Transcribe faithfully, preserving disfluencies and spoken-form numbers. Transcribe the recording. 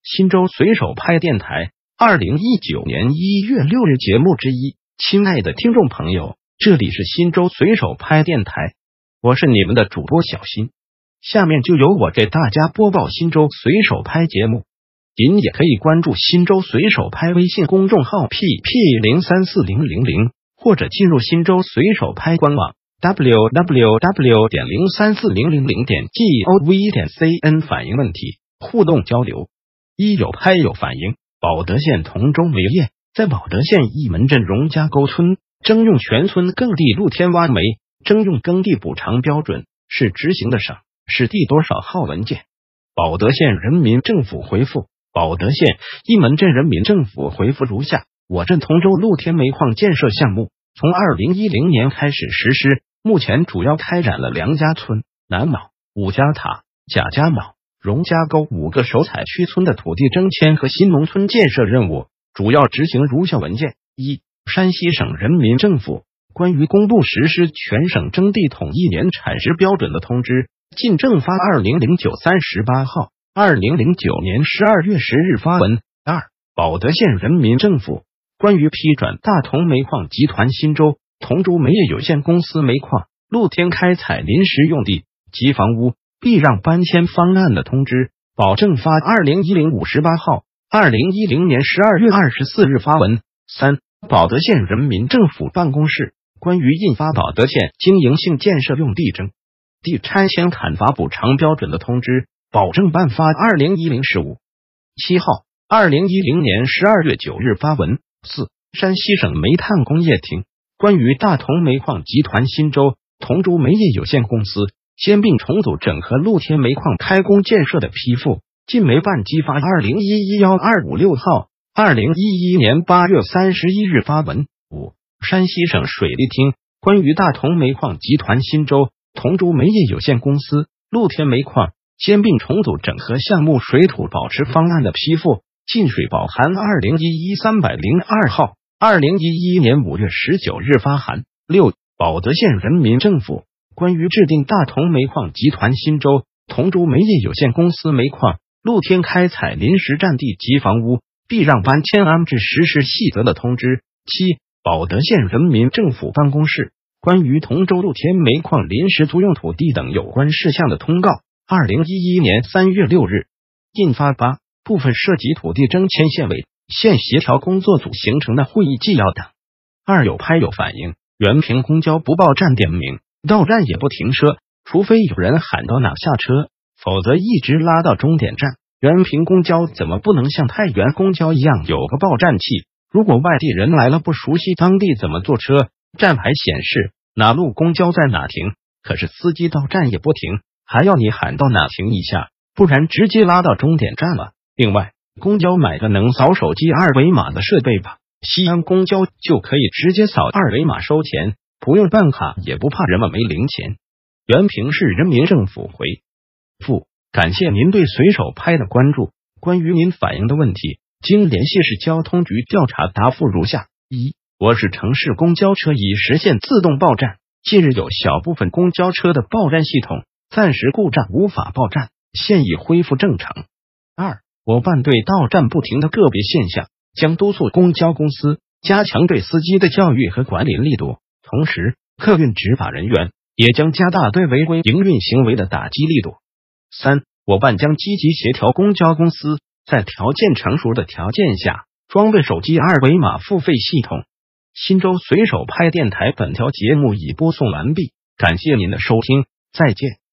新州随手拍电台二零一九年一月六日节目之一。亲爱的听众朋友，这里是新州随手拍电台，我是你们的主播小新。下面就由我给大家播报新州随手拍节目。您也可以关注新州随手拍微信公众号 P P 零三四零零零，或者进入新州随手拍官网 w w w 点零三四零零零点 gov 点 cn 反映问题，互动交流。一有拍有反映。保德县同州煤业在保德县一门镇荣家沟村征用全村耕地露天挖煤，征用耕地补偿标准是执行的省市第多少号文件？保德县人民政府回复：保德县一门镇人民政府回复如下：我镇同州露天煤矿建设项目从二零一零年开始实施，目前主要开展了梁家村、南卯、五家塔、贾家卯、荣家沟五个首采区村的土地征迁和新农村建设任务，主要执行如下文件：一、山西省人民政府关于公布实施全省征地统一年产时标准的通知，进政发二零零九三十八号，二零零九年十二月十日发文。二、保德县人民政府关于批转大同煤矿集团新州同州煤业有限公司煤矿露天开采临时用地及房屋避让搬迁方案的通知，保政发二零一零五十八号，二零一零年十二月二十四日发文。三、保德县人民政府办公室关于印发保德县经营性建设用地征地拆迁砍伐补偿标准的通知，保政办发二零一零十五七号，二零一零年十二月九日发文。四、山西省煤炭工业厅关于大同煤矿集团新州同州煤业有限公司兼并重组整合露天煤矿开工建设的批复，晋煤办激发二零一一幺二五六号，二零一一年八月三十一日发文。五、山西省水利厅关于大同煤矿集团新州同州煤业有限公司露天煤矿兼并重组整合项目水土保持方案的批复，晋水保函二零一一三百零二号，二零一一年五月十九日发函。六、保德县人民政府关于制定大同煤矿集团新州同州煤业有限公司煤矿露天开采临时占地及房屋避让搬迁安置实施细则的通知。七、保德县人民政府办公室关于同州露天煤矿临时租用土地等有关事项的通告，二零一一年三月六日印发。八、部分涉及土地征迁县委、县协调工作组形成的会议纪要等。二、有拍有反映，原平公交不报站点名，到站也不停车，除非有人喊到哪下车，否则一直拉到终点站。原平公交怎么不能像太原公交一样有个报站器？如果外地人来了不熟悉当地怎么坐车，站牌显示哪路公交在哪停，可是司机到站也不停，还要你喊到哪停一下，不然直接拉到终点站了。另外，公交买个能扫手机二维码的设备吧，西安公交就可以直接扫二维码收钱，不用办卡，也不怕人们没零钱。原平市人民政府回复：感谢您对随手拍的关注，关于您反映的问题，经联系市交通局调查答复如下：一、我市城市公交车已实现自动报站，近日有小部分公交车的报站系统暂时故障无法报站，现已恢复正常。二、我办对到站不停的个别现象，将督促公交公司加强对司机的教育和管理力度，同时客运执法人员也将加大对违规营运行为的打击力度。三、我办将积极协调公交公司在条件成熟的条件下装备手机二维码付费系统。新州随手拍电台本条节目已播送完毕，感谢您的收听，再见。